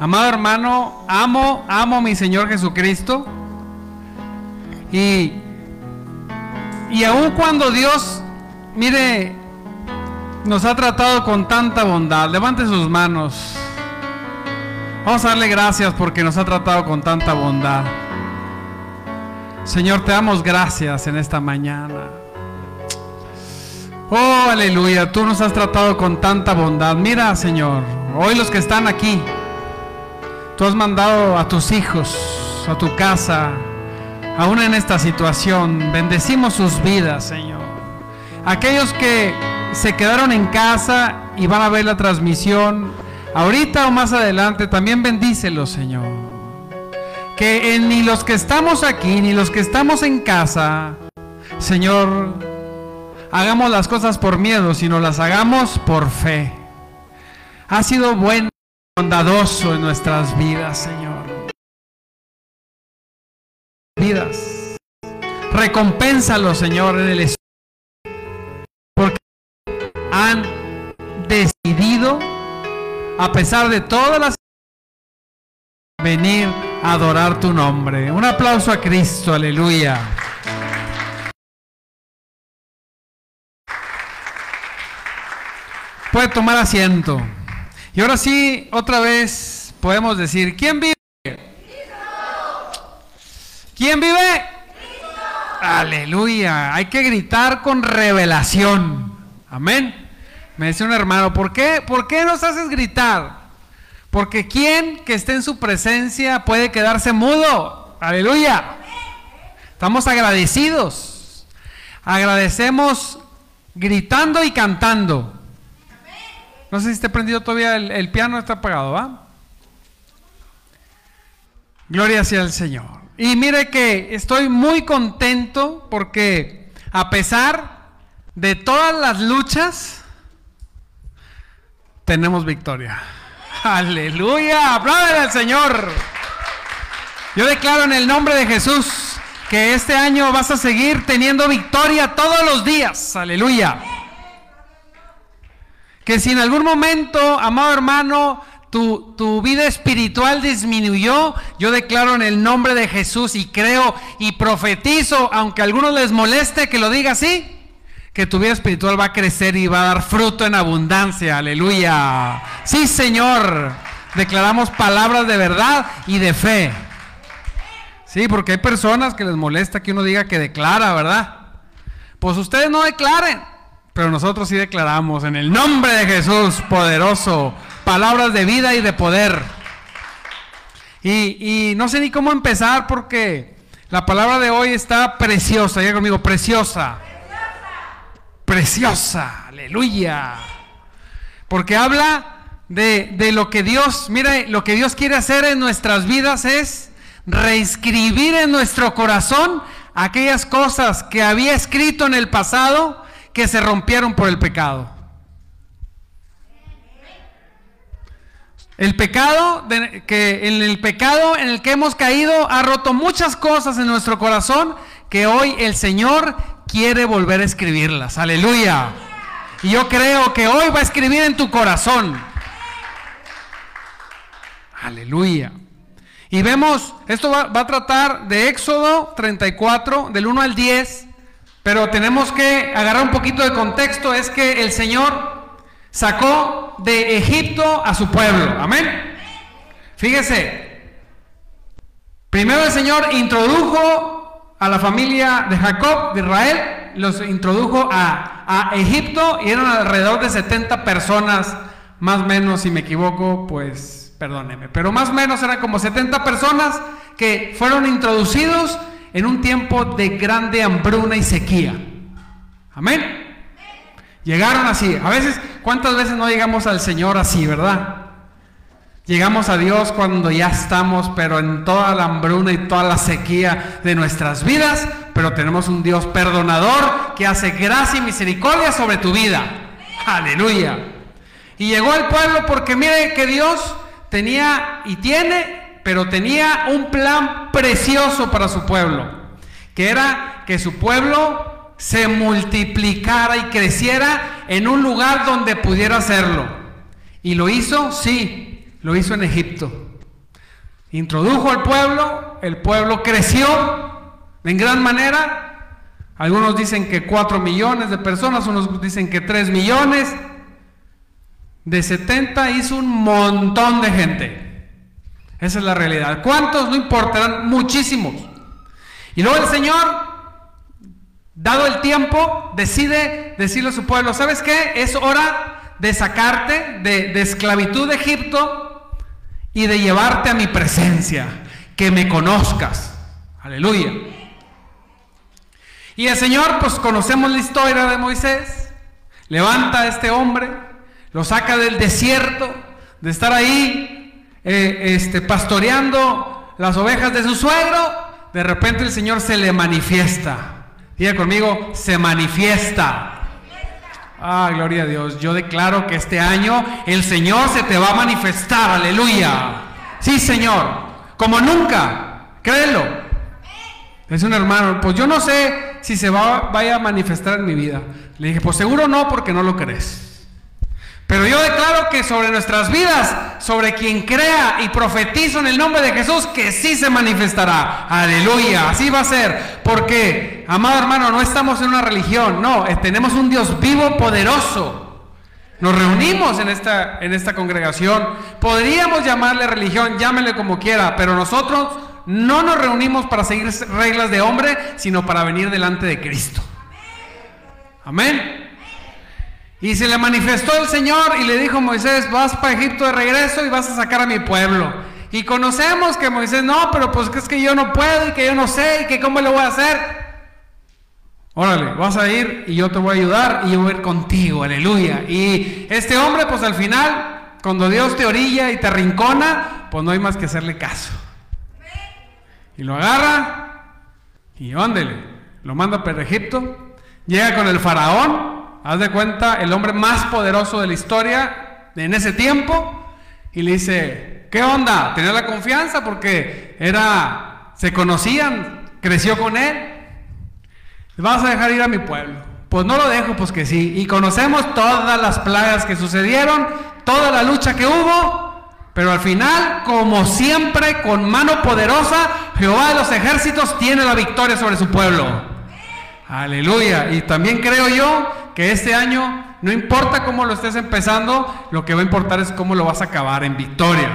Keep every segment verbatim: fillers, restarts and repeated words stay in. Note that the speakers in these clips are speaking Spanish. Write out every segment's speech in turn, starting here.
Amado hermano, amo, amo a mi Señor Jesucristo. Y, y aun cuando Dios, mire, nos ha tratado con tanta bondad, levante sus manos. Vamos a darle gracias porque nos ha tratado con tanta bondad. Señor, te damos gracias en esta mañana. Oh, aleluya, tú nos has tratado con tanta bondad. Mira, Señor, hoy los que están aquí, tú has mandado a tus hijos, a tu casa, aún en esta situación. Bendecimos sus vidas, Señor. Aquellos que se quedaron en casa y van a ver la transmisión, ahorita o más adelante, también bendícelos, Señor. Que en, ni los que estamos aquí, ni los que estamos en casa, Señor, hagamos las cosas por miedo, sino las hagamos por fe. Ha sido bueno, bondadoso en nuestras vidas, Señor. Vidas. Recompénsalo, Señor, en el Espíritu. Porque han decidido, a pesar de todas las, venir a adorar tu nombre. Un aplauso a Cristo, aleluya. Puede tomar asiento. Y ahora sí, otra vez podemos decir, ¿quién vive? ¿Quién vive? Aleluya. Hay que gritar con revelación. Amén. Me decía un hermano, ¿por qué? ¿Por qué nos haces gritar? Porque ¿quién que esté en su presencia puede quedarse mudo? Aleluya. Estamos agradecidos. Agradecemos gritando y cantando. No sé si está prendido todavía el, el piano, está apagado, ¿va? Gloria sea al Señor. Y mire que estoy muy contento porque a pesar de todas las luchas, tenemos victoria. Aleluya, apláudale al Señor. Yo declaro en el nombre de Jesús que este año vas a seguir teniendo victoria todos los días. Aleluya. Que si en algún momento, amado hermano, tu, tu vida espiritual disminuyó, yo declaro en el nombre de Jesús y creo y profetizo, aunque a algunos les moleste que lo diga así, que tu vida espiritual va a crecer y va a dar fruto en abundancia. Aleluya. Sí, Señor. Declaramos palabras de verdad y de fe. Sí, porque hay personas que les molesta que uno diga que declara, ¿verdad? Pues ustedes no declaren, pero nosotros sí declaramos en el nombre de Jesús poderoso, palabras de vida y de poder. Y, y no sé ni cómo empezar porque la palabra de hoy está preciosa. Diga conmigo, preciosa. Preciosa, aleluya. Porque habla de, de lo que Dios, mire, lo que Dios quiere hacer en nuestras vidas es reescribir en nuestro corazón aquellas cosas que había escrito en el pasado que se rompieron por el pecado. El pecado, de, que en el pecado en el que hemos caído ha roto muchas cosas en nuestro corazón que hoy el Señor quiere volver a escribirlas. Aleluya. Y yo creo que hoy va a escribir en tu corazón. Aleluya. Y vemos, esto va, va a tratar de Éxodo treinta y cuatro, del uno al diez, pero tenemos que agarrar un poquito de contexto. Es que el Señor sacó de Egipto a su pueblo. Amén. Fíjese, primero el Señor introdujo a la familia de Jacob, de Israel, los introdujo a, a Egipto y eran alrededor de setenta personas, más o menos, si me equivoco, pues perdóneme, pero más o menos eran como setenta personas que fueron introducidos en un tiempo de grande hambruna y sequía. Amén. Llegaron así. A veces, ¿cuántas veces no llegamos al Señor así, verdad? Llegamos a Dios cuando ya estamos, pero en toda la hambruna y toda la sequía de nuestras vidas, pero tenemos un Dios perdonador que hace gracia y misericordia sobre tu vida. Aleluya. Y llegó el pueblo porque mire que Dios tenía y tiene, pero tenía un plan precioso para su pueblo, que era que su pueblo se multiplicara y creciera en un lugar donde pudiera hacerlo. ¿Y lo hizo? Sí, lo hizo en Egipto. introdujo al pueblo, el pueblo creció en gran manera. Algunos dicen que cuatro millones de personas, unos dicen que tres millones. De setenta hizo un montón de gente. Esa es la realidad. ¿Cuántos? No importa, eran muchísimos. Y luego el Señor, dado el tiempo, decide decirle a su pueblo: ¿sabes qué? Es hora de sacarte de, de esclavitud de Egipto y de llevarte a mi presencia, que me conozcas. Aleluya. Y el Señor, pues conocemos la historia de Moisés. Levanta a este hombre, lo saca del desierto, de estar ahí eh, este, pastoreando las ovejas de su suegro. De repente el Señor se le manifiesta. Diga conmigo: se manifiesta. Ah, gloria a Dios. Yo declaro que este año el Señor se te va a manifestar. Aleluya. Sí, Señor, como nunca. Créelo. Es un hermano: pues yo no sé si se va, vaya a manifestar en mi vida. Le dije: pues seguro no, porque no lo crees. Pero yo declaro que sobre nuestras vidas, sobre quien crea, y profetizo en el nombre de Jesús que sí se manifestará. Aleluya, así va a ser. Porque, amado hermano, no estamos en una religión, no, tenemos un Dios vivo, poderoso. Nos reunimos en esta, en esta congregación. Podríamos llamarle religión, llámele como quiera, pero nosotros no nos reunimos para seguir reglas de hombre, sino para venir delante de Cristo. Amén. Y se le manifestó el Señor y le dijo: Moisés, vas para Egipto de regreso y vas a sacar a mi pueblo. Y conocemos que Moisés: no, pero pues que es que yo no puedo y que yo no sé y que cómo lo voy a hacer. Órale, vas a ir y yo te voy a ayudar y yo voy a ir contigo. Aleluya. Y este hombre, pues al final, cuando Dios te orilla y te arrincona, pues no hay más que hacerle caso. Y lo agarra y ándele, lo manda para Egipto. Llega con el faraón. Haz de cuenta, el hombre más poderoso de la historia en ese tiempo, y le dice: ¿qué onda? Tenía la confianza porque era, se conocían, creció con él. ¿Vas a dejar ir a mi pueblo? Pues no lo dejo, pues que sí. Y conocemos todas las plagas que sucedieron, toda la lucha que hubo, pero al final, como siempre, con mano poderosa, Jehová de los ejércitos tiene la victoria sobre su pueblo. Aleluya. Y también creo yo que este año, no importa cómo lo estés empezando, lo que va a importar es cómo lo vas a acabar en victoria.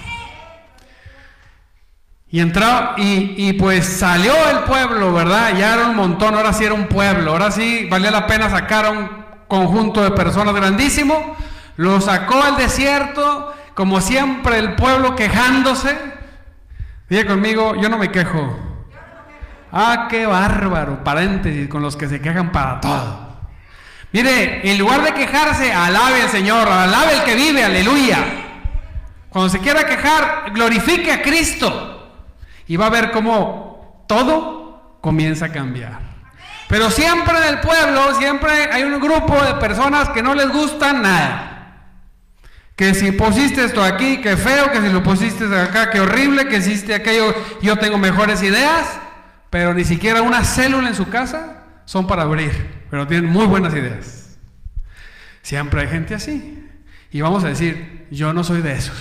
Y entró, y, y pues salió el pueblo, ¿verdad? Ya era un montón, ahora sí era un pueblo, ahora sí valía la pena sacar a un conjunto de personas grandísimo. Lo sacó al desierto, como siempre el pueblo quejándose. Diga conmigo: yo no me quejo. Ah, qué bárbaro, paréntesis, con los que se quejan para todo. Mire, en lugar de quejarse, alabe al Señor, alabe al que vive, aleluya. Cuando se quiera quejar, glorifique a Cristo. Y va a ver cómo todo comienza a cambiar. Pero siempre en el pueblo, siempre hay un grupo de personas que no les gusta nada. Que si pusiste esto aquí, qué feo, que si lo pusiste acá, qué horrible, que hiciste aquello, yo tengo mejores ideas. Pero ni siquiera una célula en su casa son para abrir, pero tienen muy buenas ideas. Siempre hay gente así. Y vamos a decir: yo no soy de esos.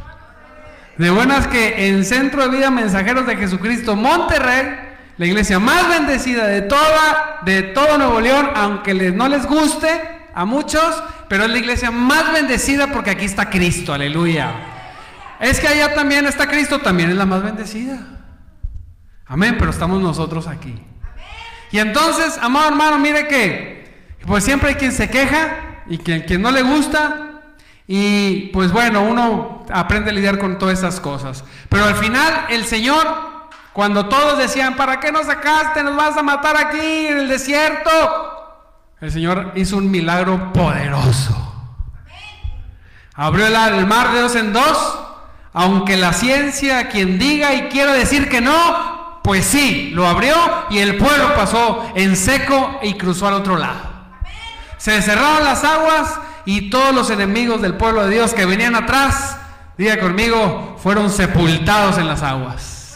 De buenas que en Centro de Vida Mensajeros de Jesucristo Monterrey, la iglesia más bendecida de toda, de todo Nuevo León, aunque les, no les guste a muchos, pero es la iglesia más bendecida porque aquí está Cristo, aleluya. Es que allá también está Cristo, también es la más bendecida. Amén, pero estamos nosotros aquí. Y entonces, amado hermano, mire que pues siempre hay quien se queja y quien, quien no le gusta. Y pues bueno, uno aprende a lidiar con todas esas cosas. Pero al final el Señor, cuando todos decían: ¿para qué nos sacaste? Nos vas a matar aquí en el desierto. El Señor hizo un milagro poderoso. Abrió el, el mar de dos en dos. Aunque la ciencia, quien diga y quiera decir que no, pues sí, lo abrió y el pueblo pasó en seco y cruzó al otro lado. Se cerraron las aguas y todos los enemigos del pueblo de Dios que venían atrás, diga conmigo, fueron sepultados en las aguas.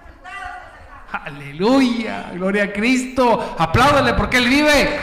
Aleluya, gloria a Cristo. Apláudale porque Él vive.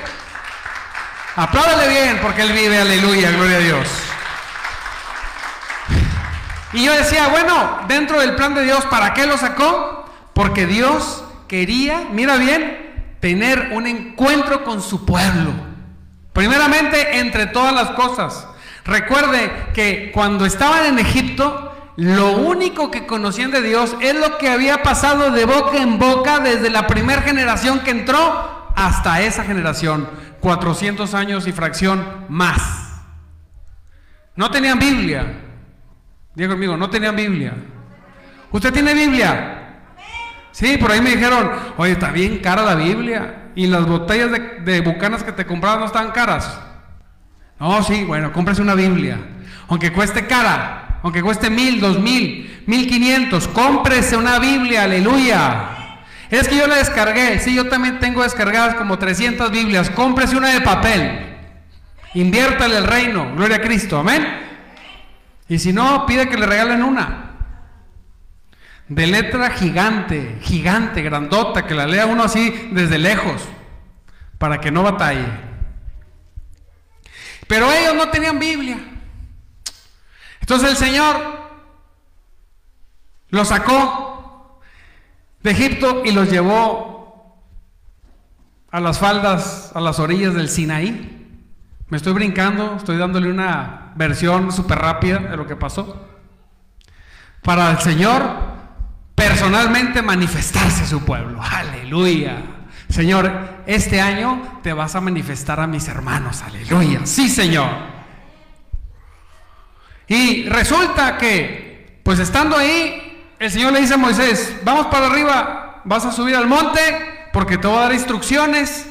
Apláudale bien porque Él vive, aleluya, gloria a Dios. Y yo decía, bueno, dentro del plan de Dios, ¿para qué lo sacó? Porque Dios quería, mira bien, tener un encuentro con su pueblo. Primeramente, entre todas las cosas. Recuerde que cuando estaban en Egipto, lo único que conocían de Dios es lo que había pasado de boca en boca desde la primera generación que entró hasta esa generación, cuatrocientos años y fracción más. No tenían Biblia. Diga conmigo, no tenían Biblia. ¿Usted tiene Biblia? Sí, por ahí me dijeron, oye, está bien cara la Biblia. Y las botellas de, de bucanas que te comprabas no estaban caras. No, sí, bueno, cómprese una Biblia. Aunque cueste cara, aunque cueste mil, dos mil, mil quinientos, cómprese una Biblia, aleluya. Es que yo la descargué, sí, yo también tengo descargadas como trescientas Biblias. Cómprese una de papel. Inviértale el reino, gloria a Cristo, amén. Y si no, pide que le regalen una de letra gigante, gigante, grandota, que la lea uno así desde lejos, para que no batalle. Pero ellos no tenían Biblia. Entonces el Señor los sacó de Egipto y los llevó a las faldas, a las orillas del Sinaí. Me estoy brincando, estoy dándole una versión súper rápida de lo que pasó. Para el Señor personalmente manifestarse a su pueblo. Aleluya. Señor, este año te vas a manifestar a mis hermanos. Aleluya. Sí, Señor. Y resulta que, pues estando ahí, el Señor le dice a Moisés, vamos para arriba, vas a subir al monte porque te voy a dar instrucciones.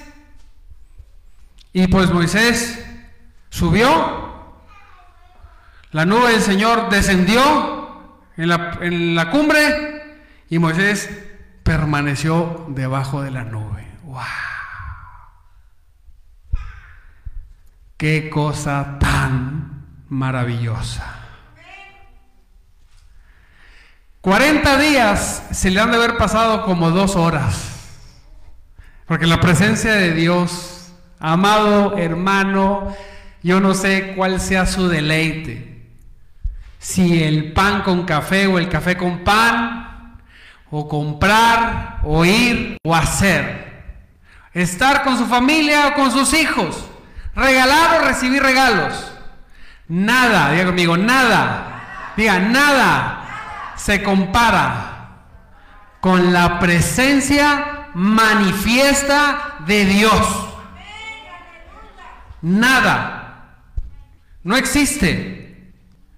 Y pues Moisés subió, la nube del Señor descendió en la, en la cumbre y Moisés permaneció debajo de la nube. ¡Wow! ¡Qué cosa tan maravillosa! cuarenta días se le han de haber pasado como dos horas, porque la presencia de Dios, amado hermano, yo no sé cuál sea su deleite, si el pan con café o el café con pan, o comprar, o ir, o hacer, estar con su familia o con sus hijos, regalar o recibir regalos. Nada, diga conmigo, nada, diga nada se compara con la presencia manifiesta de Dios. Nada, no existe.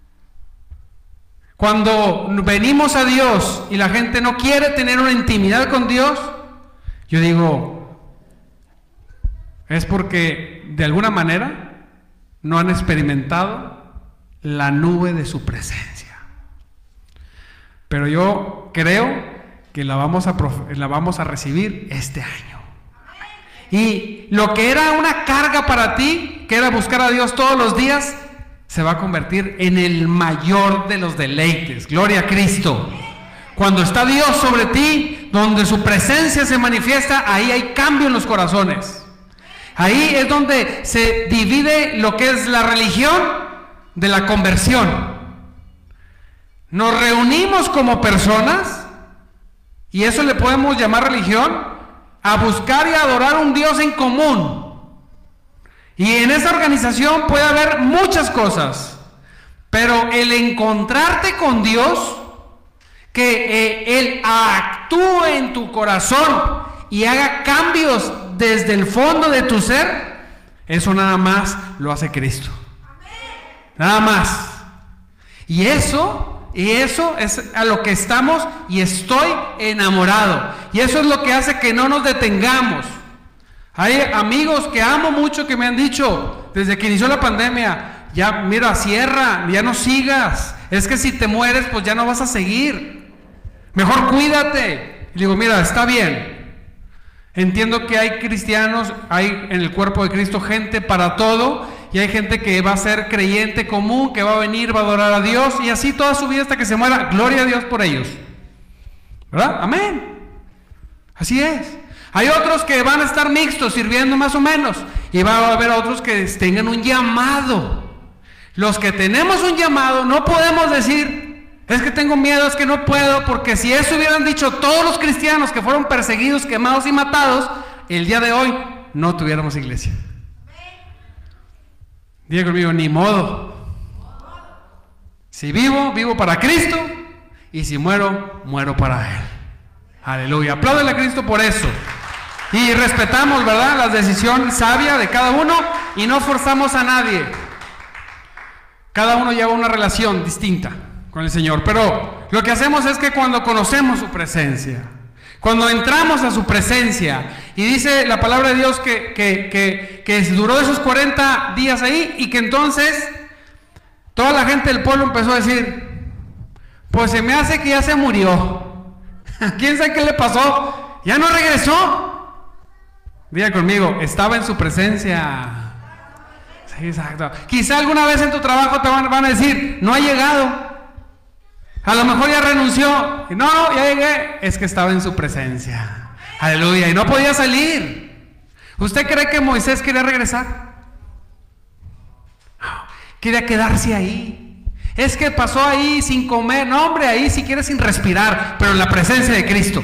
Cuando venimos a Dios y la gente no quiere tener una intimidad con Dios, yo digo, es porque de alguna manera no han experimentado la nube de su presencia. Pero yo creo que la vamos a, la vamos a recibir este año. Y lo que era una carga para ti, que era buscar a Dios todos los días, se va a convertir en el mayor de los deleites. Gloria a Cristo. Cuando está Dios sobre ti, donde su presencia se manifiesta, ahí hay cambio en los corazones. Ahí es donde se divide lo que es la religión de la conversión. Nos reunimos como personas, y eso le podemos llamar religión, a buscar y adorar a un Dios en común. Y en esa organización puede haber muchas cosas, pero el encontrarte con Dios, que eh, Él actúe en tu corazón y haga cambios desde el fondo de tu ser, eso nada más lo hace Cristo. Nada más. Y eso... Y eso es a lo que estamos, y estoy enamorado. Y eso es lo que hace que no nos detengamos. Hay amigos que amo mucho que me han dicho, desde que inició la pandemia, ya mira, cierra, ya no sigas. Es que si te mueres, pues ya no vas a seguir. Mejor cuídate. Y digo, mira, está bien. Entiendo que hay cristianos, hay en el cuerpo de Cristo gente para todo. Y hay gente que va a ser creyente común, que va a venir, va a adorar a Dios, y así toda su vida hasta que se muera. Gloria a Dios por ellos, ¿verdad? Amén. Así es. Hay otros que van a estar mixtos, sirviendo más o menos, y va a haber otros que tengan un llamado. Los que tenemos un llamado no podemos decir, Es que tengo miedo, es que no puedo, porque si eso hubieran dicho todos los cristianos que fueron perseguidos, quemados y matados, el día de hoy no tuviéramos iglesia. Diga conmigo, ni modo. Si vivo, vivo para Cristo, y si muero, muero para Él. Aleluya. Apláudele a Cristo por eso. Y respetamos, ¿verdad?, la decisión sabia de cada uno y no forzamos a nadie. Cada uno lleva una relación distinta con el Señor, pero lo que hacemos es que cuando conocemos su presencia, cuando entramos a su presencia, y dice la palabra de Dios que, que, que, que duró esos cuarenta días ahí, y que entonces toda la gente del pueblo empezó a decir, pues se me hace que ya se murió. ¿Quién sabe qué le pasó? ¿Ya no regresó? Diga conmigo, estaba en su presencia. Sí, exacto. Quizá alguna vez en tu trabajo te van, van a decir, no ha llegado. A lo mejor ya renunció. Y no, no, ya llegué. Es que estaba en su presencia. Aleluya. Y no podía salir. ¿Usted cree que Moisés quería regresar? Quería quedarse ahí. Es que pasó ahí sin comer. No, hombre, ahí si quiere sin respirar, pero en la presencia de Cristo.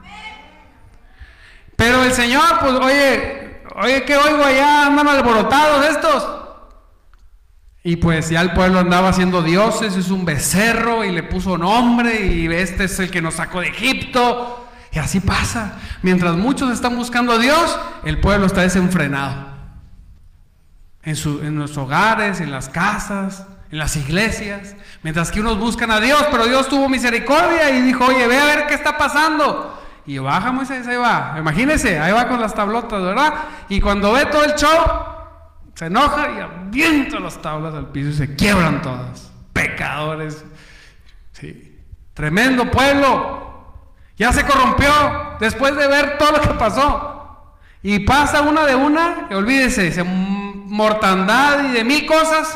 Pero el Señor, pues, oye, oye, ¿qué oigo allá? Andan alborotados estos. Y pues ya el pueblo andaba haciendo dioses, es un becerro y le puso nombre, y este es el que nos sacó de Egipto. Y así pasa. Mientras muchos están buscando a Dios, el pueblo está desenfrenado. En, su, en los hogares, en las casas, en las iglesias. Mientras que unos buscan a Dios, pero Dios tuvo misericordia y dijo, oye, ve a ver qué está pasando. Y baja Moisés, ahí va, imagínense, ahí va con las tablotas, ¿verdad? Y cuando ve todo el show, se enoja y avienta las tablas al piso y se quiebran todas. Pecadores. Sí. Tremendo pueblo. Ya se corrompió después de ver todo lo que pasó. Y pasa una de una, y olvídese, se, mortandad y de mil cosas.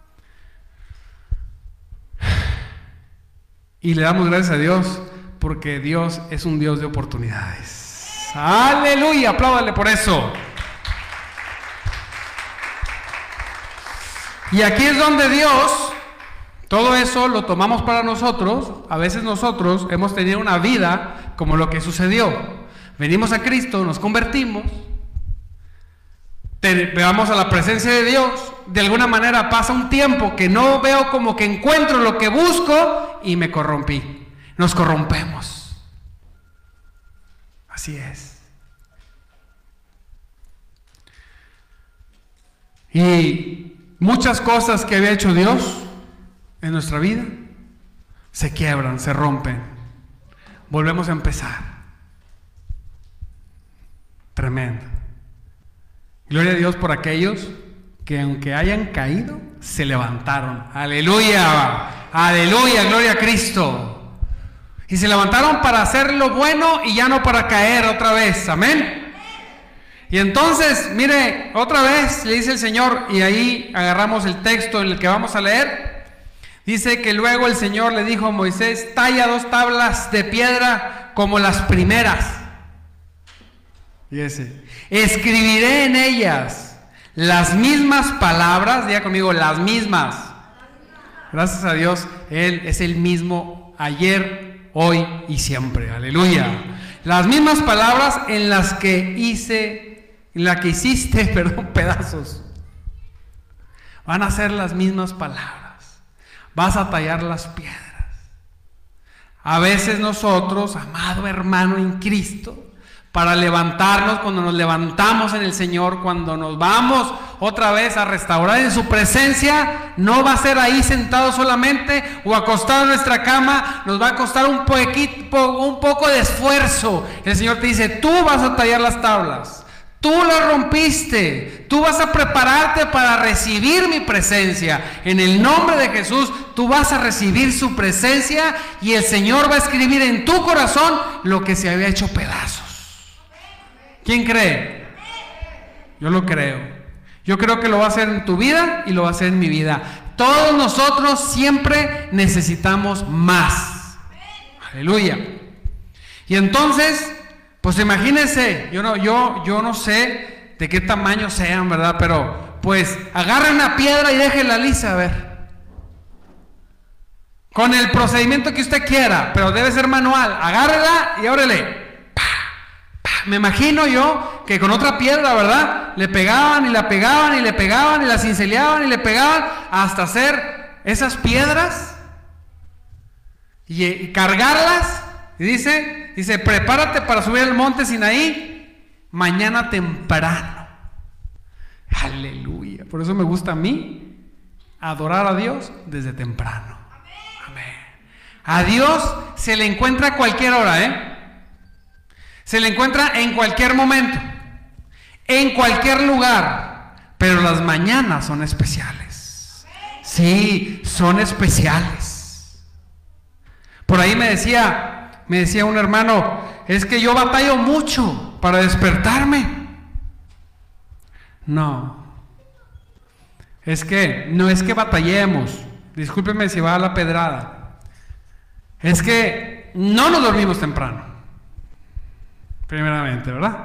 Y le damos gracias a Dios, porque Dios es un Dios de oportunidades. Aleluya, apláudale por eso. Y aquí es donde Dios, todo eso lo tomamos para nosotros. A veces nosotros hemos tenido una vida como lo que sucedió. Venimos a Cristo, nos convertimos, veamos a la presencia de Dios. De alguna manera pasa un tiempo que no veo como que encuentro lo que busco y me corrompí. Nos corrompemos. Así es. Y muchas cosas que había hecho Dios en nuestra vida se quiebran, se rompen. Volvemos a empezar. Tremendo. Gloria a Dios por aquellos que aunque hayan caído, se levantaron. Aleluya, aleluya, gloria a Cristo. Y se levantaron para hacer lo bueno y ya no para caer otra vez. Amén. Y entonces, mire, otra vez le dice el Señor, y ahí agarramos el texto en el que vamos a leer. Dice que luego el Señor le dijo a Moisés, talla dos tablas de piedra como las primeras. Fíjese, escribiré en ellas las mismas palabras. Diga conmigo, las mismas. Gracias a Dios, Él es el mismo ayer, hoy y siempre. Aleluya. Las mismas palabras en las que hice, en la que hiciste, perdón, pedazos. Van a ser las mismas palabras. Vas a tallar las piedras. A veces nosotros, amado hermano en Cristo, para levantarnos, cuando nos levantamos en el Señor, cuando nos vamos otra vez a restaurar en su presencia, no va a ser ahí sentado solamente o acostado en nuestra cama. Nos va a costar un poquito, un poco de esfuerzo. El Señor te dice, tú vas a tallar las tablas, tú las rompiste, tú vas a prepararte para recibir mi presencia. En el nombre de Jesús, tú vas a recibir su presencia y el Señor va a escribir en tu corazón lo que se había hecho pedazos. ¿Quién cree? Yo lo creo. Yo creo que lo va a hacer en tu vida y lo va a hacer en mi vida. Todos nosotros siempre necesitamos más. Aleluya. Y entonces, pues imagínense, yo no, yo, yo no sé de qué tamaño sean, ¿verdad? Pero pues agarre una piedra y déjela lisa, a ver. con el procedimiento que usted quiera, pero debe ser manual. Agárrela y órale. Me imagino yo que con otra piedra, ¿verdad? Le pegaban y la pegaban y le pegaban y la cinceleaban y le pegaban hasta hacer esas piedras y, y cargarlas. Y dice, dice, prepárate para subir al monte Sinaí mañana temprano. Aleluya. Por eso me gusta a mí adorar a Dios desde temprano. Amén. A Dios se le encuentra a cualquier hora, ¿eh? Se le encuentra en cualquier momento, en cualquier lugar, pero las mañanas son especiales. Sí, son especiales. Por ahí me decía, me decía un hermano, es que yo batallo mucho para despertarme. No, es que, no es que batallemos, discúlpeme si va a la pedrada, es que no nos dormimos temprano. Primeramente, ¿verdad?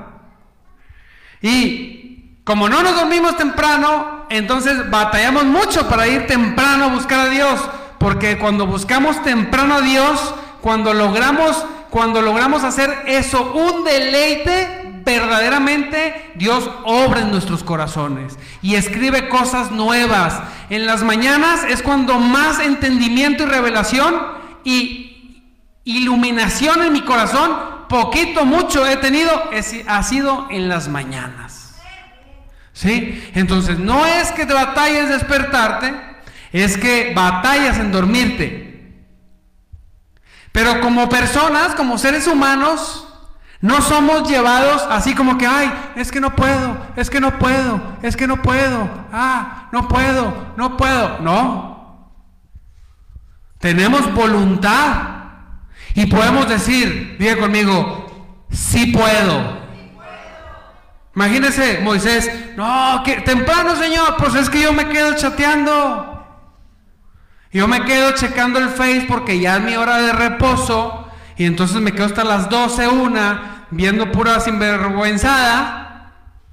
Y como no nos dormimos temprano, entonces batallamos mucho para ir temprano a buscar a Dios, porque cuando buscamos temprano a Dios, cuando logramos, cuando logramos hacer eso un deleite, verdaderamente Dios obra en nuestros corazones y escribe cosas nuevas. En las mañanas es cuando más entendimiento y revelación y iluminación en mi corazón, poquito, mucho he tenido, ha sido en las mañanas. ¿Sí? Entonces, no es que te batalles despertarte, es que batallas en dormirte. Pero como personas, como seres humanos, no somos llevados así como que, ay, es que no puedo, es que no puedo, es que no puedo, ah, no puedo, no puedo. No. Tenemos voluntad. Y podemos decir, diga conmigo, sí puedo. Imagínese, Moisés, no, que temprano, Señor, pues es que yo me quedo chateando. Yo me quedo checando el Face porque ya es mi hora de reposo. Y entonces me quedo hasta las doce, una, viendo pura sinvergüenzada.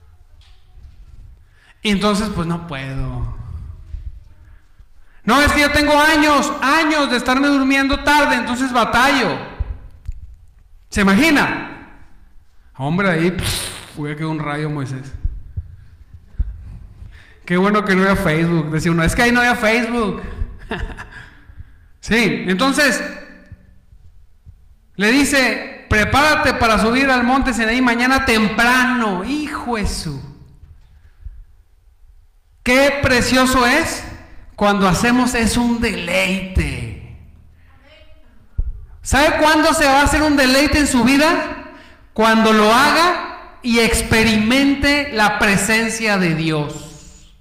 Y entonces, pues no puedo. No, es que yo tengo años, años de estarme durmiendo tarde, entonces batallo. ¿Se imagina? Hombre, ahí fue que un rayo, Moisés. Qué bueno que no había Facebook. Decía uno, es que ahí no había Facebook. Sí, entonces le dice, prepárate para subir al monte Sinaí mañana temprano. Hijo de su. Qué precioso es cuando hacemos es un deleite. ¿Sabe cuándo se va a hacer un deleite en su vida? Cuando lo haga y experimente la presencia de Dios.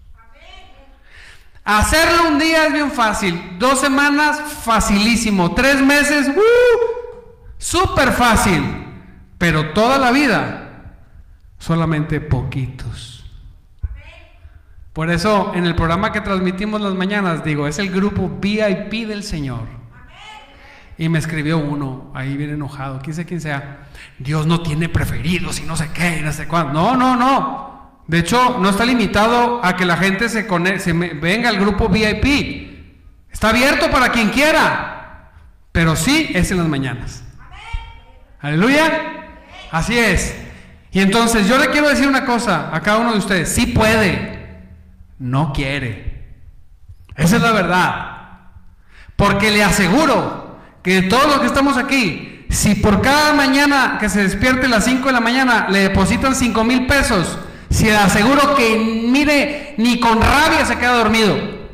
Hacerlo un día es bien fácil, dos semanas facilísimo, tres meses, uh, súper fácil, pero toda la vida solamente poquitos. Por eso en el programa que transmitimos las mañanas digo, es el grupo V I P del Señor. Y me escribió uno, ahí bien enojado, quién sé quién sea, Dios no tiene preferidos y no sé qué, y no sé cuándo. No, no, no. De hecho, no está limitado a que la gente se, conecte, se me, venga al grupo V I P. Está abierto para quien quiera, pero sí es en las mañanas. Aleluya. Así es. Y entonces yo le quiero decir una cosa a cada uno de ustedes, sí puede. No quiere. Esa es la verdad. Porque le aseguro que todos los que estamos aquí, si por cada mañana que se despierte a las cinco de la mañana le depositan cinco mil pesos, si le aseguro que, mire, ni con rabia se queda dormido.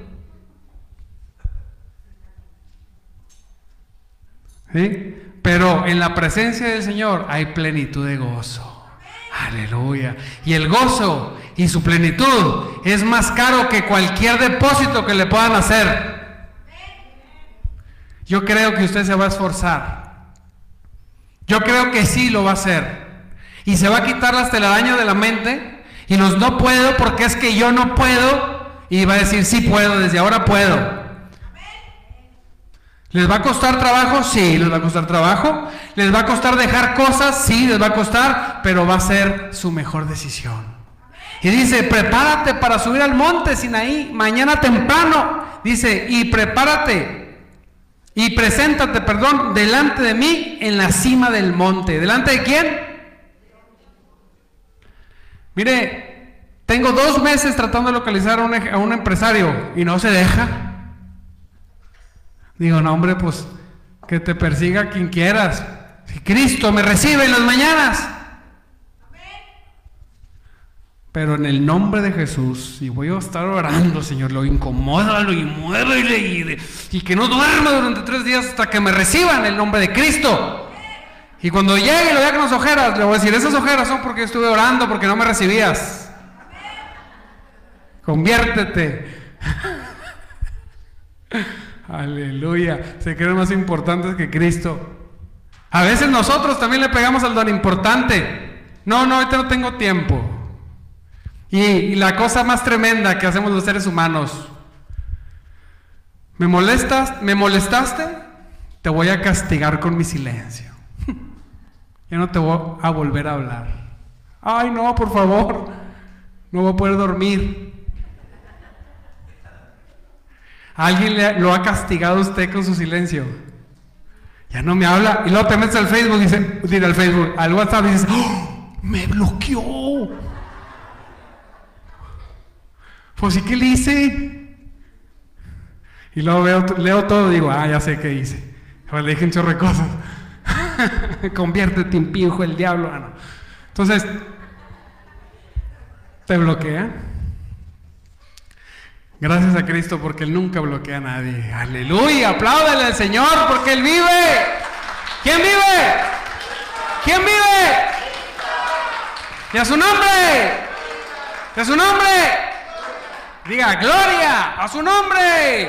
¿Sí? Pero en la presencia del Señor hay plenitud de gozo. Aleluya. Y el gozo y su plenitud es más caro que cualquier depósito que le puedan hacer. Yo creo que usted se va a esforzar. Yo creo que sí lo va a hacer. Y se va a quitar las telarañas de la mente y los no puedo porque es que yo no puedo, y va a decir sí puedo, desde ahora puedo. ¿Les va a costar trabajo? Sí, les va a costar trabajo. ¿Les va a costar dejar cosas? Sí, les va a costar, pero va a ser su mejor decisión. Y dice, prepárate para subir al monte Sinaí mañana temprano. Dice, y prepárate y preséntate, perdón, delante de mí en la cima del monte. ¿Delante de quién? Mire, tengo dos meses tratando de localizar a un, a un empresario y no se deja. Digo, no hombre, pues que te persiga quien quieras. Si Cristo me recibe en las mañanas. Pero en el nombre de Jesús, y voy a estar orando, Señor, lo incomódalo y muévele y, y que no duerma durante tres días hasta que me reciba en el nombre de Cristo. Y cuando llegue y lo vea con las ojeras, le voy a decir, esas ojeras son porque estuve orando, porque no me recibías. Conviértete. Aleluya. Se creen más importantes que Cristo. A veces nosotros también le pegamos al don importante. No, no, ahorita no tengo tiempo. Y, y la cosa más tremenda que hacemos los seres humanos, ¿me molestas? ¿Me molestaste? Te voy a castigar con mi silencio. Ya no te voy a volver a hablar. Ay, no, por favor, no voy a poder dormir. ¿Alguien le, lo ha castigado a usted con su silencio? Ya no me habla. Y luego te metes al Facebook y dice, dice al Facebook, al WhatsApp y dices, ¡oh, me bloqueó! Pues, ¿y qué le hice? Y luego veo, leo todo y digo, ah, ya sé qué hice. Ahora le dije un chorro de cosas. Conviértete en pío, hijo del diablo. Ah, no. Entonces, te bloquea. Gracias a Cristo porque Él nunca bloquea a nadie. Aleluya, apláudale al Señor porque Él vive. ¿Quién vive? ¿Quién vive? ¿Y a su nombre? ¿Y a su nombre? Diga, gloria a su nombre.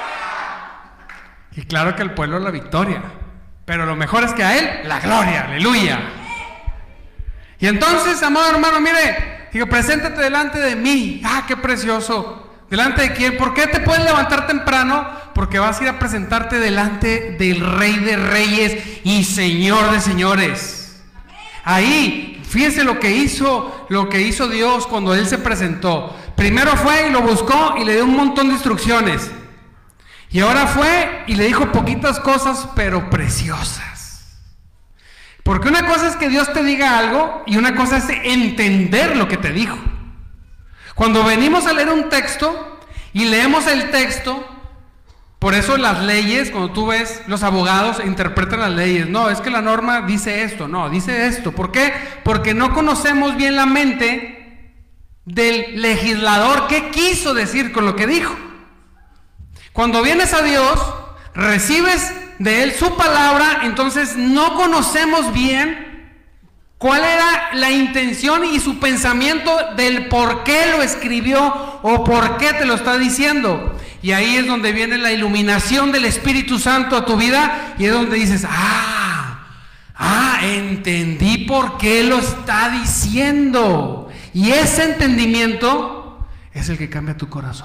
Y claro que al pueblo la victoria, pero lo mejor es que a Él la gloria, aleluya. Y entonces, amado hermano, mire, digo, preséntate delante de mí. Ah, qué precioso. ¿Delante de quién? ¿Por qué te puedes levantar temprano? Porque vas a ir a presentarte delante del Rey de Reyes y Señor de Señores. Ahí, fíjese lo que hizo, lo que hizo Dios cuando Él se presentó. Primero fue y lo buscó y le dio un montón de instrucciones. Y ahora fue y le dijo poquitas cosas, pero preciosas. Porque una cosa es que Dios te diga algo y una cosa es entender lo que te dijo. Cuando venimos a leer un texto y leemos el texto, por eso las leyes, cuando tú ves los abogados interpretan las leyes, no, es que la norma dice esto, no, dice esto. ¿Por qué? Porque no conocemos bien la mente del legislador, qué quiso decir con lo que dijo. Cuando vienes a Dios, recibes de Él su palabra, entonces no conocemos bien cuál era la intención y su pensamiento del por qué lo escribió o por qué te lo está diciendo. Y ahí es donde viene la iluminación del Espíritu Santo a tu vida y es donde dices, ah, ah, entendí por qué lo está diciendo. Y ese entendimiento es el que cambia tu corazón.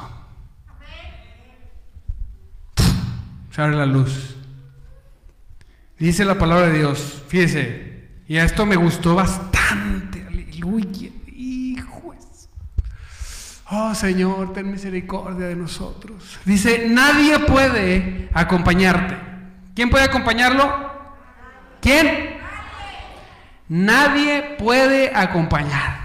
Se abre la luz. Dice la palabra de Dios, fíjese, y a esto me gustó bastante, aleluya, hijos. Oh Señor, ten misericordia de nosotros. Dice, nadie puede acompañarte. ¿Quién puede acompañarlo? ¿Quién? Nadie puede acompañarte.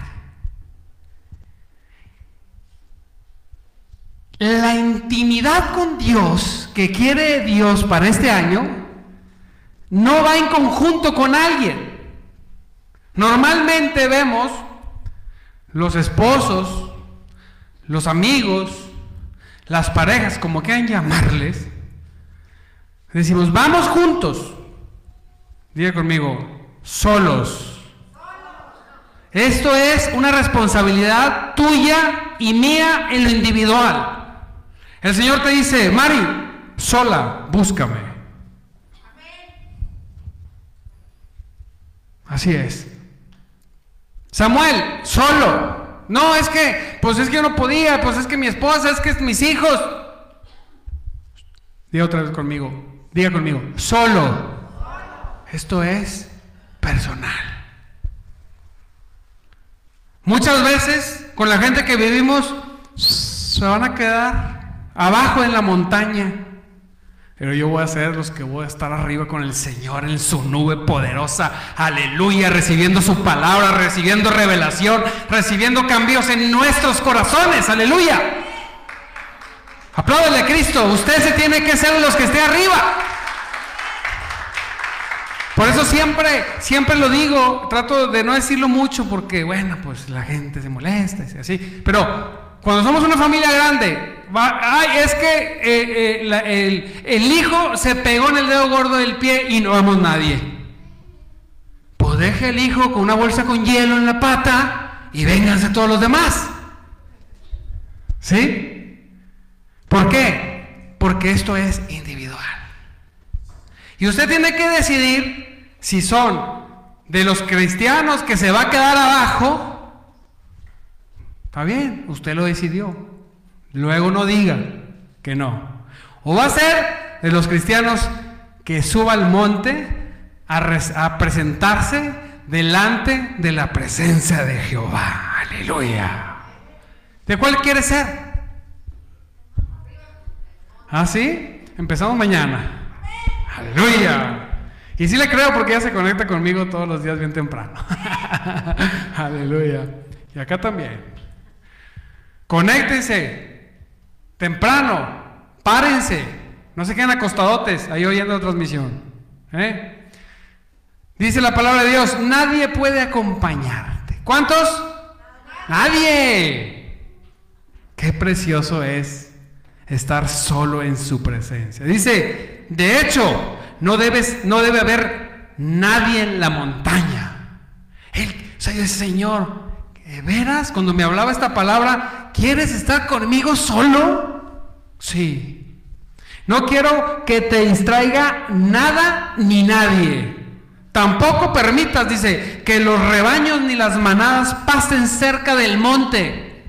La intimidad con Dios que quiere Dios para este año no va en conjunto con alguien. Normalmente vemos los esposos, los amigos, las parejas, como quieran llamarles, decimos, vamos juntos. Diga conmigo, solos. Esto es una responsabilidad tuya y mía en lo individual. El Señor te dice, Mari, sola, búscame. Así es. Samuel, solo. No, es que, pues es que yo no podía, pues es que mi esposa, es que es mis hijos. Diga otra vez conmigo, diga conmigo, solo. Esto es personal. Muchas veces, con la gente que vivimos, se van a quedar abajo en la montaña, Pero yo voy a ser los que voy a estar arriba con el Señor en su nube poderosa, aleluya, recibiendo su palabra, recibiendo revelación, recibiendo cambios en nuestros corazones, aleluya. Apláudale a Cristo, usted se tiene que ser de los que esté arriba. Por eso siempre, siempre lo digo, trato de no decirlo mucho porque, bueno, pues la gente se molesta y así, pero cuando somos una familia grande, va, ay, es que eh, eh, la, el, el hijo se pegó en el dedo gordo del pie y no vamos nadie. Pues deje el hijo con una bolsa con hielo en la pata y vénganse todos los demás. ¿Sí? ¿Por qué? Porque esto es individual. Y usted tiene que decidir si son de los cristianos que se va a quedar abajo. Está bien, usted lo decidió. Luego no diga que no. O va a ser de los cristianos que suba al monte a, res, a presentarse delante de la presencia de Jehová. Aleluya. ¿De cuál quiere ser? ¿Ah, sí? Empezamos mañana. Aleluya. Y sí le creo porque ella se conecta conmigo todos los días bien temprano. Aleluya. Y acá también. Conéctense temprano, párense, no se queden acostadotes ahí oyendo la transmisión. ¿eh? Dice la palabra de Dios, nadie puede acompañarte. ¿Cuántos? Nadie. Qué precioso es estar solo en su presencia. Dice, de hecho, no debes, no debe haber nadie en la montaña. Él, o sea, yo decía, Señor, ¿de veras? Cuando me hablaba esta palabra, ¿quieres estar conmigo solo? Sí. No quiero que te distraiga nada ni nadie. Tampoco permitas, dice, que los rebaños ni las manadas pasen cerca del monte.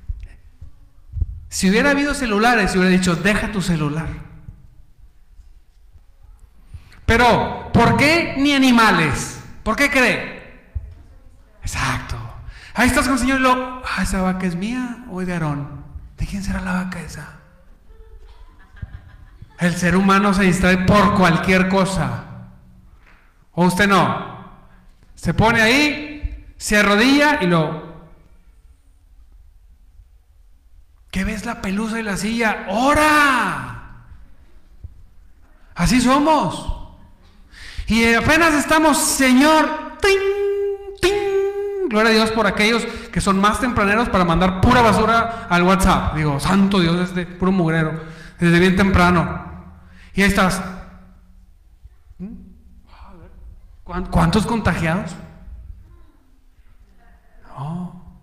Si hubiera habido celulares, hubiera dicho, deja tu celular. Pero, ¿por qué ni animales? ¿Por qué cree? Exacto. Ahí estás con el Señor y lo, ah, esa vaca es mía o es de Aarón. ¿De quién será la vaca esa? El ser humano se distrae por cualquier cosa. ¿O usted no? Se pone ahí, se arrodilla y lo... ¿Qué ves la pelusa y la silla? ¡Ora! Así somos. Y apenas estamos, Señor, ¡ting! Gloria a Dios por aquellos que son más tempraneros para mandar pura basura al WhatsApp. Digo, santo Dios, desde puro mugrero, desde bien temprano. Y ahí estás. ¿Cuántos contagiados? No.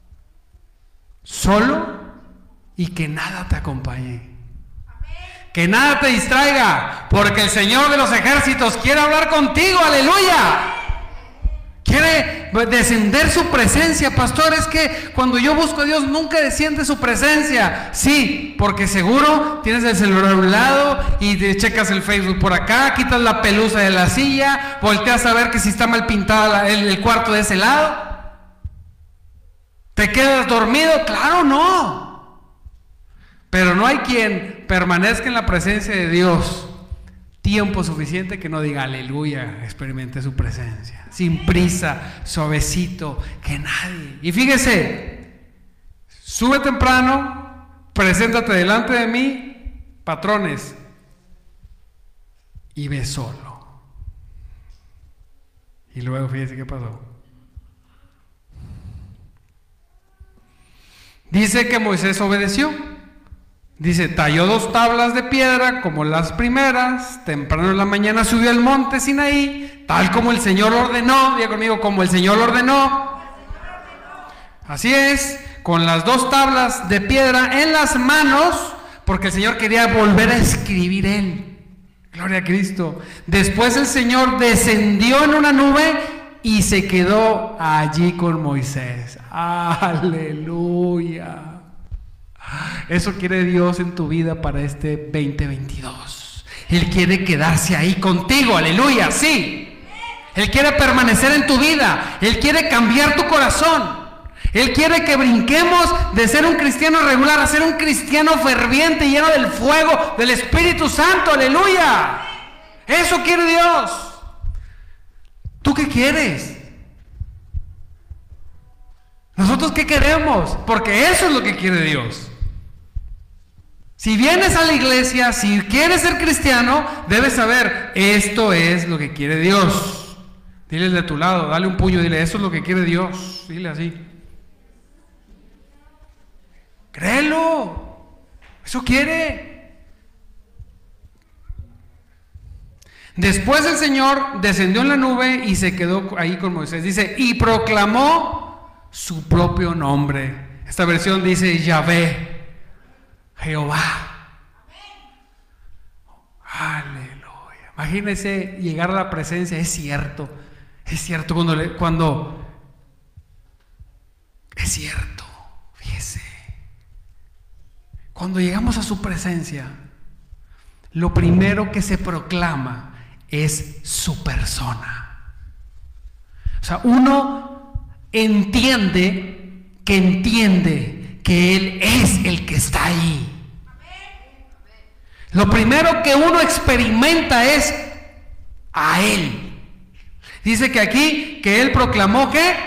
Solo y que nada te acompañe. Que nada te distraiga, porque el Señor de los ejércitos quiere hablar contigo. Aleluya. Quiere descender su presencia, pastor. Es que cuando yo busco a Dios nunca desciende su presencia. Sí, porque seguro tienes el celular a un lado y te checas el Facebook por acá, quitas la pelusa de la silla, volteas a ver que si está mal pintada el, el cuarto de ese lado. ¿Te quedas dormido? Claro, no. Pero no hay quien permanezca en la presencia de Dios tiempo suficiente que no diga aleluya, experimente su presencia, sin prisa, suavecito, que nadie. Y fíjese, sube temprano, preséntate delante de mí, patrones, y ve solo. Y luego fíjese qué pasó. Dice que Moisés obedeció. Dice, talló dos tablas de piedra como las primeras, temprano en la mañana subió al monte Sinaí, tal como el Señor ordenó. Diga conmigo, como el Señor ordenó. Así es, con las dos tablas de piedra en las manos, porque el Señor quería volver a escribir él. Gloria a Cristo. Después el Señor descendió en una nube y se quedó allí con Moisés. Aleluya. Eso quiere Dios en tu vida para este veinte veintidós. Él quiere quedarse ahí contigo, aleluya, sí. Él quiere permanecer en tu vida. Él quiere cambiar tu corazón. Él quiere que brinquemos de ser un cristiano regular a ser un cristiano ferviente, lleno del fuego del Espíritu Santo. ¡Aleluya! Eso quiere Dios. ¿Tú qué quieres? ¿Nosotros qué queremos? Porque eso es lo que quiere Dios. Si vienes a la iglesia, si quieres ser cristiano, debes saber, esto es lo que quiere Dios. Dile de tu lado, dale un puño, dile, eso es lo que quiere Dios. Dile así. Créelo. Eso quiere. Después el Señor descendió en la nube y se quedó ahí con Moisés. Dice, y proclamó su propio nombre. Esta versión dice Yahvé, Jehová. Aleluya. Imagínense llegar a la presencia. Es cierto, es cierto cuando, le, cuando es cierto, fíjese, cuando llegamos a su presencia, lo primero que se proclama es su persona. O sea, uno entiende que entiende que Él es el que está ahí. Lo primero que uno experimenta es a Él. Dice que aquí, que Él proclamó que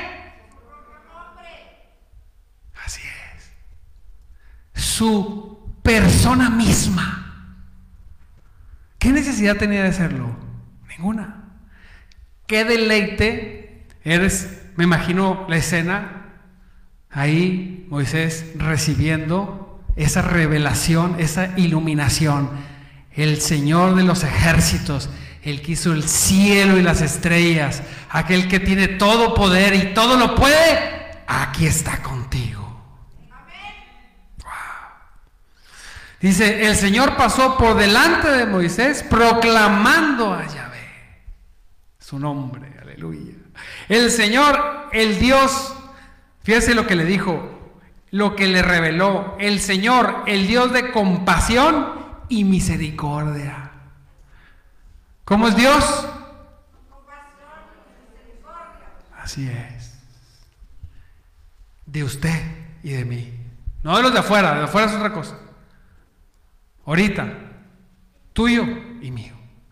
así es, su persona misma. ¿Qué necesidad tenía de hacerlo? Ninguna. Qué deleite. Eres, me imagino la escena, ahí Moisés recibiendo esa revelación, esa iluminación. El Señor de los ejércitos, el que hizo el cielo y las estrellas, aquel que tiene todo poder y todo lo puede, aquí está contigo. Dice, el Señor pasó por delante de Moisés proclamando a Yahvé su nombre, aleluya. El Señor, el Dios, fíjese lo que le dijo, lo que le reveló, el Señor, el Dios de compasión y misericordia. ¿Cómo es Dios? Compasión y misericordia. Así es. De usted y de mí. No de los de afuera, de afuera es otra cosa. Ahorita, tuyo y mío.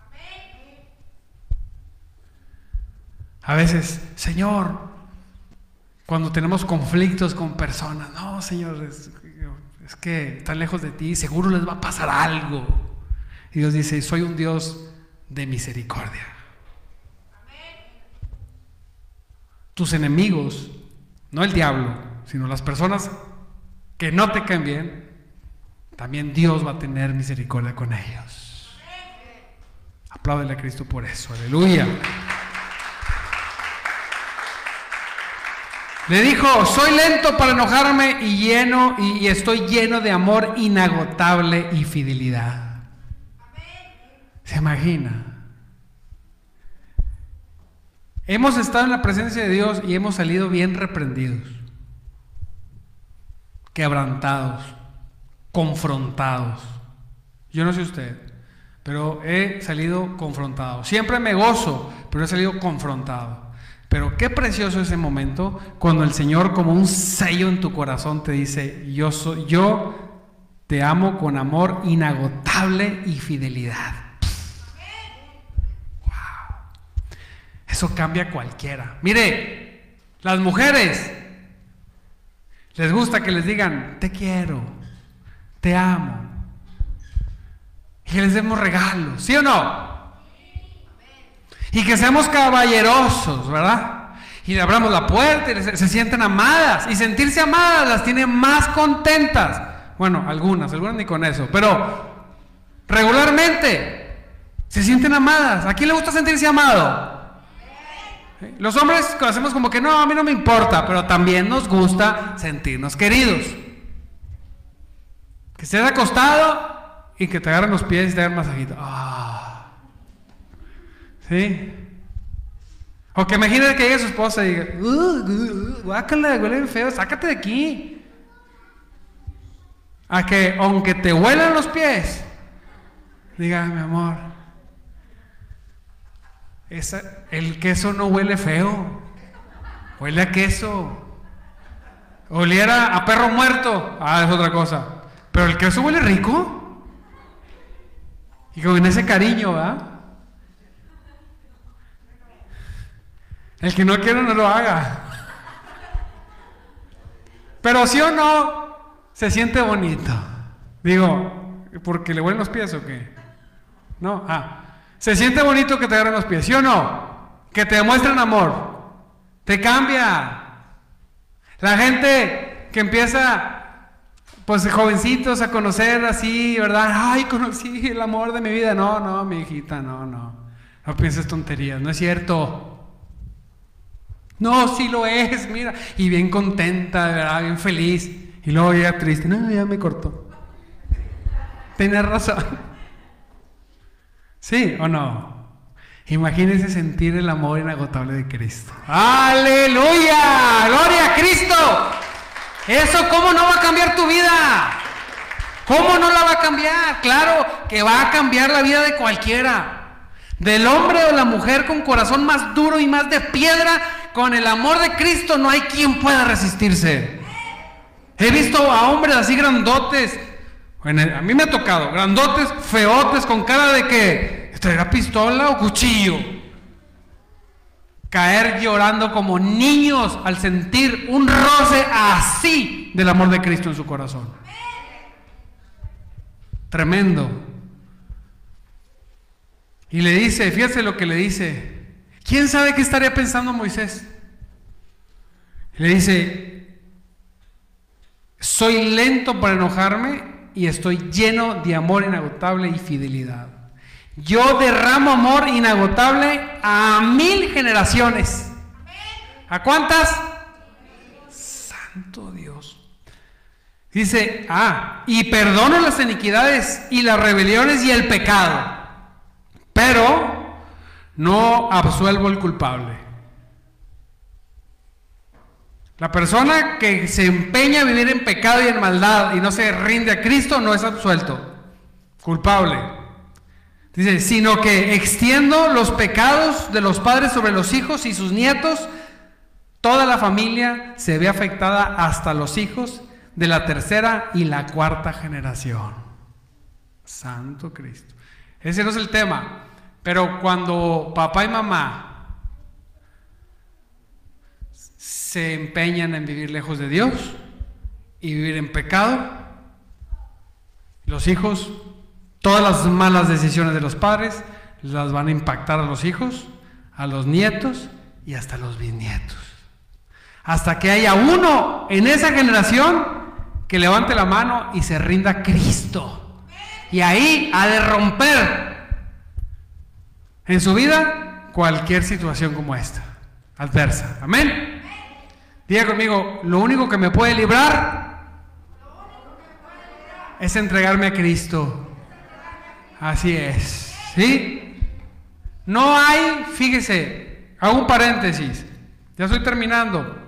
A veces, Señor, cuando tenemos conflictos con personas, no, Señor, es, es que están lejos de ti, seguro les va a pasar algo. Y Dios dice, soy un Dios de misericordia. Tus enemigos, no el diablo, sino las personas que no te caen bien, también Dios va a tener misericordia con ellos. Apláudele a Cristo por eso, aleluya. Le dijo, soy lento para enojarme y lleno y, y estoy lleno de amor inagotable y fidelidad. ¿Se imagina? Hemos estado en la presencia de Dios y hemos salido bien reprendidos, quebrantados, confrontados. Yo no sé usted, pero he salido confrontado. Siempre me gozo, pero he salido confrontado. Pero qué precioso ese momento cuando el Señor, como un sello en tu corazón, te dice, yo soy, yo te amo con amor inagotable y fidelidad. Wow. Eso cambia a cualquiera. Mire, las mujeres les gusta que les digan, te quiero, te amo, y que les demos regalos, ¿sí o no? Y que seamos caballerosos, ¿verdad? Y le abramos la puerta y se, se sienten amadas. Y sentirse amadas las tiene más contentas. Bueno, algunas, algunas ni con eso. Pero regularmente se sienten amadas. ¿A quién le gusta sentirse amado? Los hombres hacemos como que no, a mí no me importa. Pero también nos gusta sentirnos queridos. Que estés acostado y que te agarren los pies y te hagan masajito. Ah. ¿Sí? O que imagínate que llegue su esposa y diga, uh, uh, uh, guácala, huele bien feo, sácate de aquí. A que aunque te huelan los pies, diga, mi amor, esa, el queso no huele feo, huele a queso. oliera a perro muerto, ah, es otra cosa. Pero el queso huele rico. Y con ese cariño, ¿verdad? El que no quiere no lo haga. Pero sí o no, se siente bonito. Digo, ¿porque le huelen los pies o qué? No, ah. Se siente bonito que te agarren los pies, ¿sí o no? Que te demuestren amor. Te cambia. La gente que empieza, pues jovencitos, a conocer así, ¿verdad? Ay, conocí el amor de mi vida. No, no, mi hijita, no, no. No pienses tonterías, no es cierto. No, sí lo es, mira. Y bien contenta, ¿verdad? Bien feliz. Y luego llega triste. No, ya me cortó. Tienes razón. ¿Sí o no? Imagínense sentir el amor inagotable de Cristo. ¡Aleluya! ¡Gloria a Cristo! Eso, ¿cómo no va a cambiar tu vida? ¿Cómo no la va a cambiar? Claro que va a cambiar la vida de cualquiera. Del hombre o la mujer con corazón más duro y más de piedra, con el amor de Cristo no hay quien pueda resistirse. He visto a hombres así grandotes, a mí me ha tocado, grandotes, feotes, con cara de que ¿traerá pistola o cuchillo? Caer llorando como niños al sentir un roce así del amor de Cristo en su corazón. Tremendo. Y le dice, fíjate lo que le dice. ¿Quién sabe qué estaría pensando Moisés? Le dice, soy lento para enojarme y estoy lleno de amor inagotable y fidelidad. Yo derramo amor inagotable a mil generaciones. ¿A cuántas? Santo Dios. Dice, ah, y perdono las iniquidades y las rebeliones y el pecado, pero no absuelvo al culpable. La persona que se empeña a vivir en pecado y en maldad y no se rinde a Cristo no es absuelto, culpable. Dice, sino que extiendo los pecados de los padres sobre los hijos y sus nietos. Toda la familia se ve afectada hasta los hijos de la tercera y la cuarta generación. Santo Cristo. Ese no es el tema. Pero cuando papá y mamá se empeñan en vivir lejos de Dios y vivir en pecado, los hijos, todas las malas decisiones de los padres las van a impactar a los hijos, a los nietos y hasta a los bisnietos. Hasta que haya uno en esa generación que levante la mano y se rinda a Cristo. Y ahí ha de romper en su vida cualquier situación como esta, adversa. Amén. Diga conmigo, lo único que me puede librar es entregarme a Cristo. Así es, ¿sí? No hay, fíjese, hago un paréntesis, ya estoy terminando.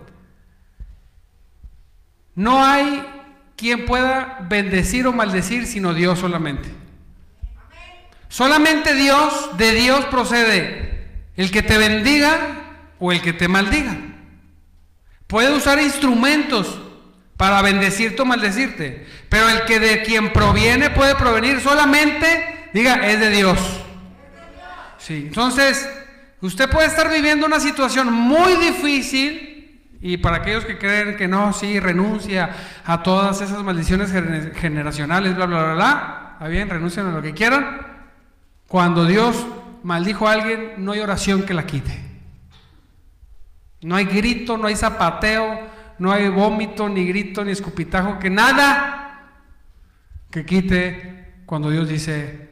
No hay quien pueda bendecir o maldecir sino Dios solamente. Solamente Dios, de Dios procede el que te bendiga o el que te maldiga. Puede usar instrumentos para bendecirte o maldecirte, pero el que de quien proviene puede provenir solamente, diga, es de Dios. Sí, entonces, usted puede estar viviendo una situación muy difícil. Y para aquellos que creen que no, sí, renuncia a todas esas maldiciones generacionales, bla, bla, bla, bla, está bien, renuncian a lo que quieran. Cuando Dios maldijo a alguien, no hay oración que la quite. No hay grito, no hay zapateo, no hay vómito, ni grito, ni escupitajo, que nada que quite cuando Dios dice,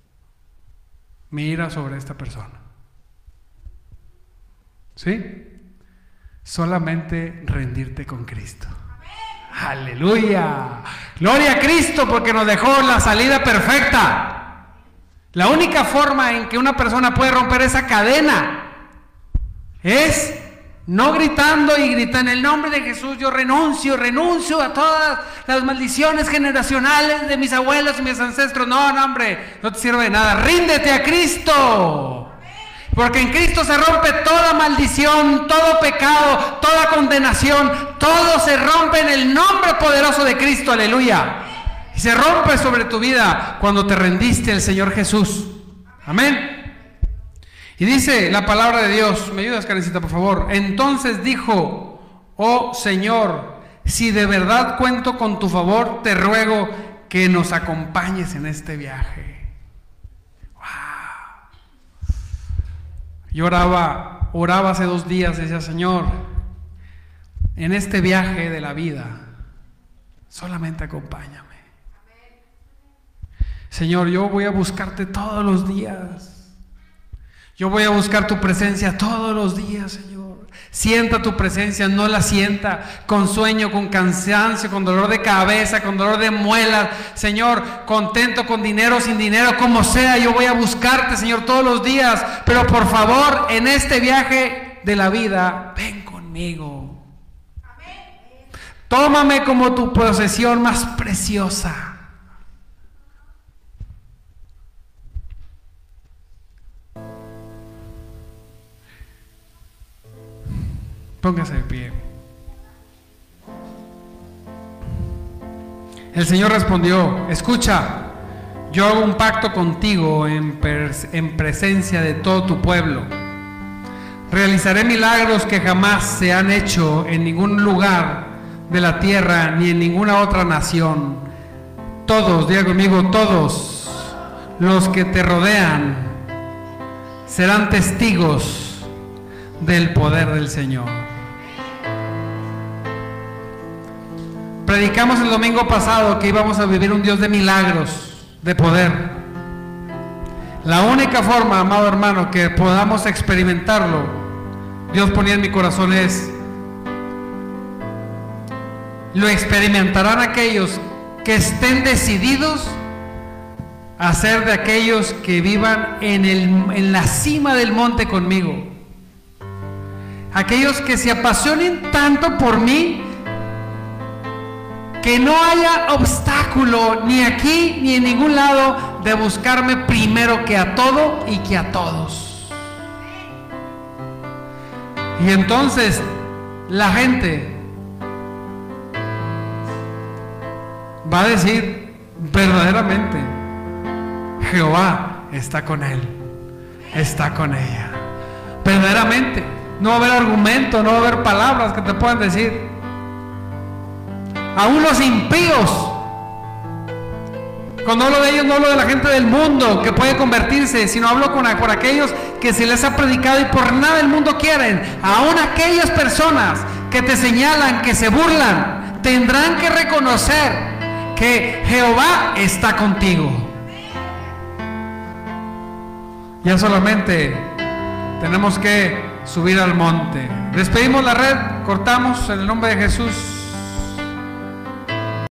mira sobre esta persona. ¿Sí? Solamente rendirte con Cristo. ¡Aleluya! ¡Gloria a Cristo! Porque nos dejó la salida perfecta. La única forma en que una persona puede romper esa cadena es no gritando y gritando en el nombre de Jesús, yo renuncio, renuncio a todas las maldiciones generacionales de mis abuelos y mis ancestros. No, no, hombre, no te sirve de nada. Ríndete a Cristo. Porque en Cristo se rompe toda maldición, todo pecado, toda condenación. Todo se rompe en el nombre poderoso de Cristo, aleluya. Y se rompe sobre tu vida cuando te rendiste al Señor Jesús. Amén. Y dice la palabra de Dios, ¿me ayudas, Karencita, por favor? Entonces dijo: oh Señor, si de verdad cuento con tu favor, te ruego que nos acompañes en este viaje. Wow. Yo oraba, oraba hace dos días, decía: Señor, en este viaje de la vida, solamente acompáñame. Señor, yo voy a buscarte todos los días. Yo voy a buscar tu presencia todos los días, Señor. Sienta tu presencia, no la sienta con sueño, con cansancio, con dolor de cabeza, con dolor de muelas. Señor, contento con dinero, sin dinero, como sea, yo voy a buscarte, Señor, todos los días. Pero por favor, en este viaje de la vida, ven conmigo. Tómame como tu posesión más preciosa. Póngase de pie. El Señor respondió: escucha, yo hago un pacto contigo en, en presencia de todo tu pueblo. Realizaré milagros que jamás se han hecho en ningún lugar de la tierra ni en ninguna otra nación. Todos, diga conmigo, todos los que te rodean serán testigos del poder del Señor. Predicamos el domingo pasado que íbamos a vivir un Dios de milagros, de poder. La única forma, amado hermano, que podamos experimentarlo, Dios ponía en mi corazón, es: lo experimentarán aquellos que estén decididos a ser de aquellos que vivan en, el, en la cima del monte conmigo. Aquellos que se apasionen tanto por mí que no haya obstáculo ni aquí ni en ningún lado de buscarme primero que a todo y que a todos. Y entonces la gente va a decir: verdaderamente Jehová está con él, está con ella. Verdaderamente no va a haber argumento, no va a haber palabras que te puedan decir. Aún los impíos, cuando hablo de ellos no hablo de la gente del mundo que puede convertirse, sino hablo con, por aquellos que se les ha predicado y por nada del mundo quieren. Aún aquellas personas que te señalan, que se burlan, tendrán que reconocer que Jehová está contigo. Ya solamente tenemos que subir al monte. Despedimos la red, cortamos en el nombre de Jesús.